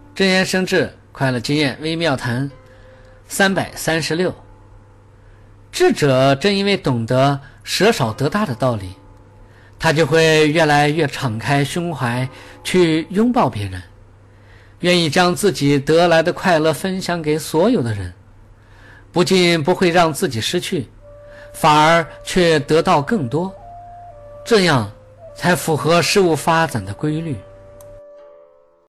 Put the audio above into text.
真言生智，快乐经验微妙谈336。智者正因为懂得舍少得大的道理，他就会越来越敞开胸怀去拥抱别人，愿意将自己得来的快乐分享给所有的人，不仅不会让自己失去，反而却得到更多，这样才符合事物发展的规律。